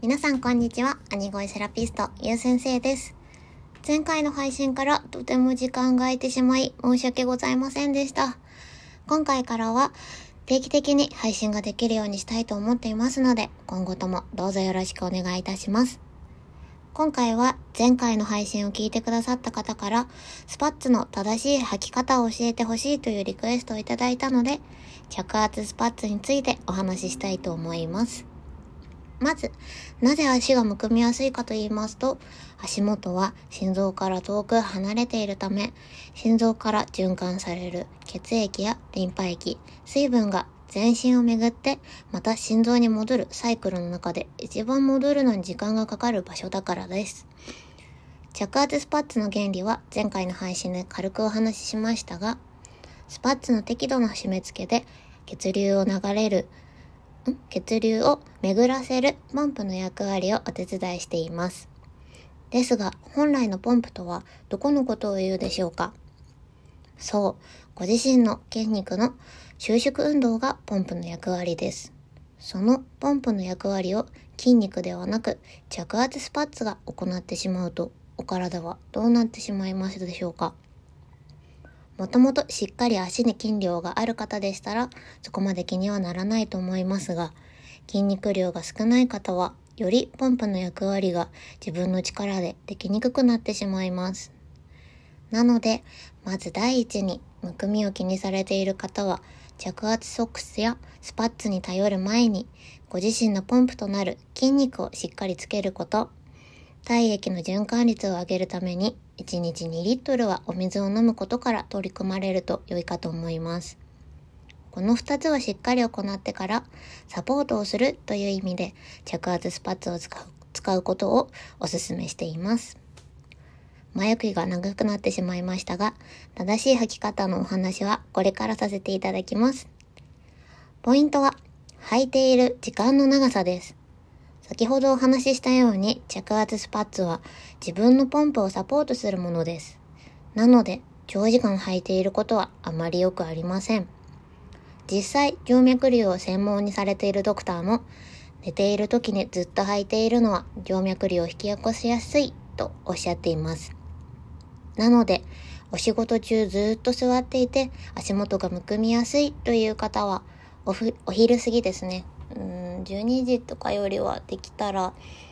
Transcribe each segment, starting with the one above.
皆さんこんにちは。兄声セラピストゆう先生です。前回の配信からとても時間が空いてしまい申し訳ございませんでした。今回からは定期的に配信ができるようにしたいと思っていますので、今後ともどうぞよろしくお願いいたします。今回は前回の配信を聞いてくださった方からスパッツの正しい履き方を教えてほしいというリクエストをいただいたので、着圧スパッツについてお話ししたいと思います。まず、なぜ足がむくみやすいかと言いますと、足元は心臓から遠く離れているため、心臓から循環される血液やリンパ液、水分が全身を巡って、また心臓に戻るサイクルの中で一番戻るのに時間がかかる場所だからです。着圧スパッツの原理は前回の配信で軽くお話ししましたが、スパッツの適度な締め付けで血流を巡らせるポンプの役割をお手伝いしています。ですが、本来のポンプとはどこのことを言うでしょうか？そう、ご自身の筋肉の収縮運動がポンプの役割です。そのポンプの役割を筋肉ではなく着圧スパッツが行ってしまうと、お体はどうなってしまいますでしょうか？もともとしっかり足に筋量がある方でしたらそこまで気にはならないと思いますが、筋肉量が少ない方はよりポンプの役割が自分の力でできにくくなってしまいます。なので、まず第一にむくみを気にされている方は着圧ソックスやスパッツに頼る前にご自身のポンプとなる筋肉をしっかりつけること、体液の循環率を上げるために1日2リットルはお水を飲むことから取り組まれると良いかと思います。この2つをしっかり行ってからサポートをするという意味で着圧スパッツを使うことをお勧めしています。前置きが長くなってしまいましたが、正しい履き方のお話はこれからさせていただきます。ポイントは履いている時間の長さです。先ほどお話ししたように着圧スパッツは自分のポンプをサポートするものです。なので長時間履いていることはあまりよくありません。実際静脈瘤を専門にされているドクターも寝ている時にずっと履いているのは静脈瘤を引き起こしやすいとおっしゃっています。なのでお仕事中ずっと座っていて足元がむくみやすいという方はお昼過ぎですね。12時とかよりはできたら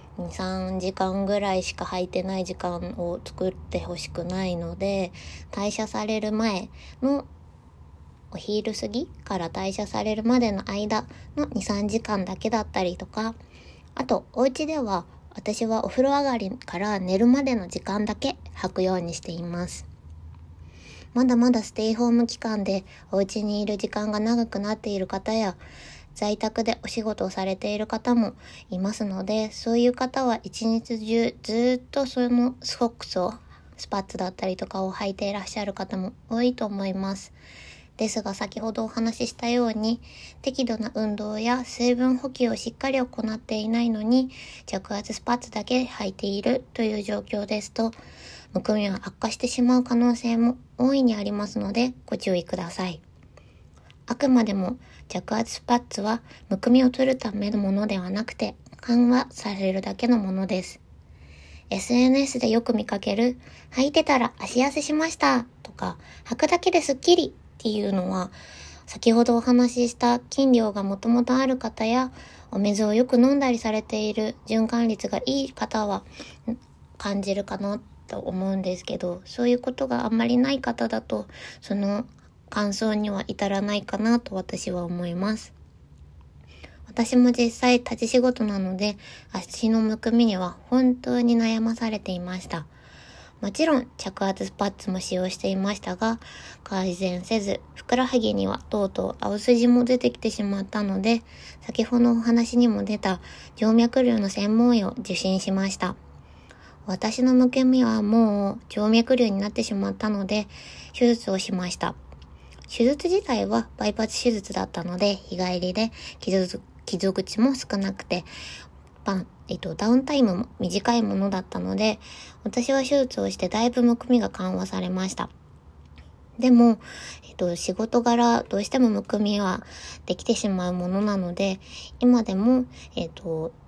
2,3 時間ぐらいしか履いてない時間を作ってほしくないので、代謝される前のお昼過ぎから代謝されるまでの間の 2,3 時間だけだったりとか、あとお家では私はお風呂上がりから寝るまでの時間だけ履くようにしています。まだまだステイホーム期間でお家にいる時間が長くなっている方や在宅でお仕事をされている方もいますので、そういう方は一日中ずっとそのソックスをスパッツだったりとかを履いていらっしゃる方も多いと思います。ですが先ほどお話ししたように適度な運動や水分補給をしっかり行っていないのに着圧スパッツだけ履いているという状況ですと、むくみは悪化してしまう可能性も大いにありますのでご注意ください。あくまでも着圧スパッツはむくみを取るためのものではなくて緩和されるだけのものです。SNS でよく見かける履いてたら足痩せしましたとか履くだけですっきりっていうのは、先ほどお話しした筋量がもともとある方やお水をよく飲んだりされている循環率がいい方は感じるかなと思うんですけど、そういうことがあんまりない方だとその感想には至らないかなと私は思います。私も実際立ち仕事なので足のむくみには本当に悩まされていました。もちろん着圧スパッツも使用していましたが改善せず、ふくらはぎにはとうとう青筋も出てきてしまったので、先ほどお話にも出た静脈瘤の専門医を受診しました。私のむくみはもう静脈瘤になってしまったので手術をしました。手術自体はバイパス手術だったので日帰りで傷口も少なくてダウンタイムも短いものだったので、私は手術をしてだいぶむくみが緩和されました。でも、仕事柄どうしてもむくみはできてしまうものなので、今でも、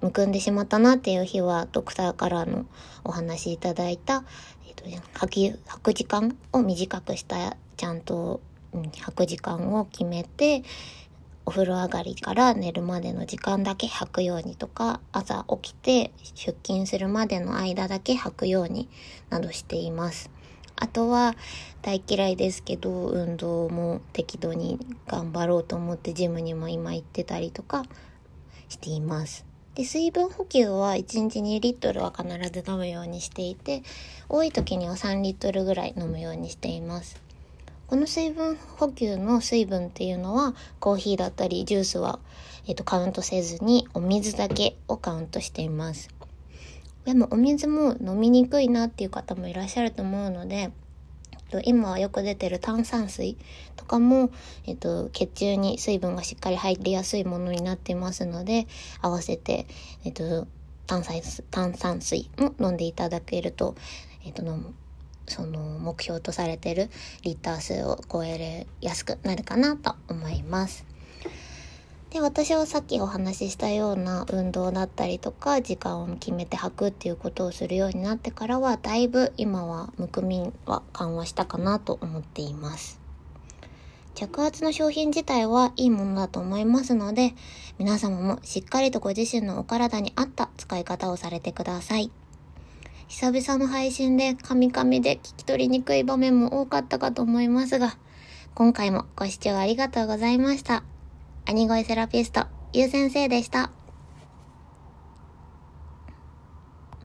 むくんでしまったなっていう日は、ドクターからのお話いただいた、履く時間を短くしたちゃんと、履く時間を決めて、お風呂上がりから寝るまでの時間だけ履くようにとか、朝起きて出勤するまでの間だけ履くようになどしています。あとは大嫌いですけど、運動も適度に頑張ろうと思ってジムにも今行ってたりとかしています。で、水分補給は1日2リットルは必ず飲むようにしていて、多い時には3リットルぐらい飲むようにしています。この水分補給の水分っていうのは、コーヒーだったりジュースは、カウントせずにお水だけをカウントしています。でもお水も飲みにくいなっていう方もいらっしゃると思うので、今はよく出てる炭酸水とかも、血中に水分がしっかり入りやすいものになってますので、合わせて、炭酸水も飲んでいただけると、その目標とされてるリッター数を超えやすくなるかなと思います。で、私はさっきお話ししたような運動だったりとか、時間を決めて履くっていうことをするようになってからは、だいぶ今はむくみは緩和したかなと思っています。着圧の商品自体はいいものだと思いますので、皆様もしっかりとご自身のお体に合った使い方をされてください。久々の配信でカミカミで聞き取りにくい場面も多かったかと思いますが、今回もご視聴ありがとうございました。兄声セラピスト、ゆう先生でした。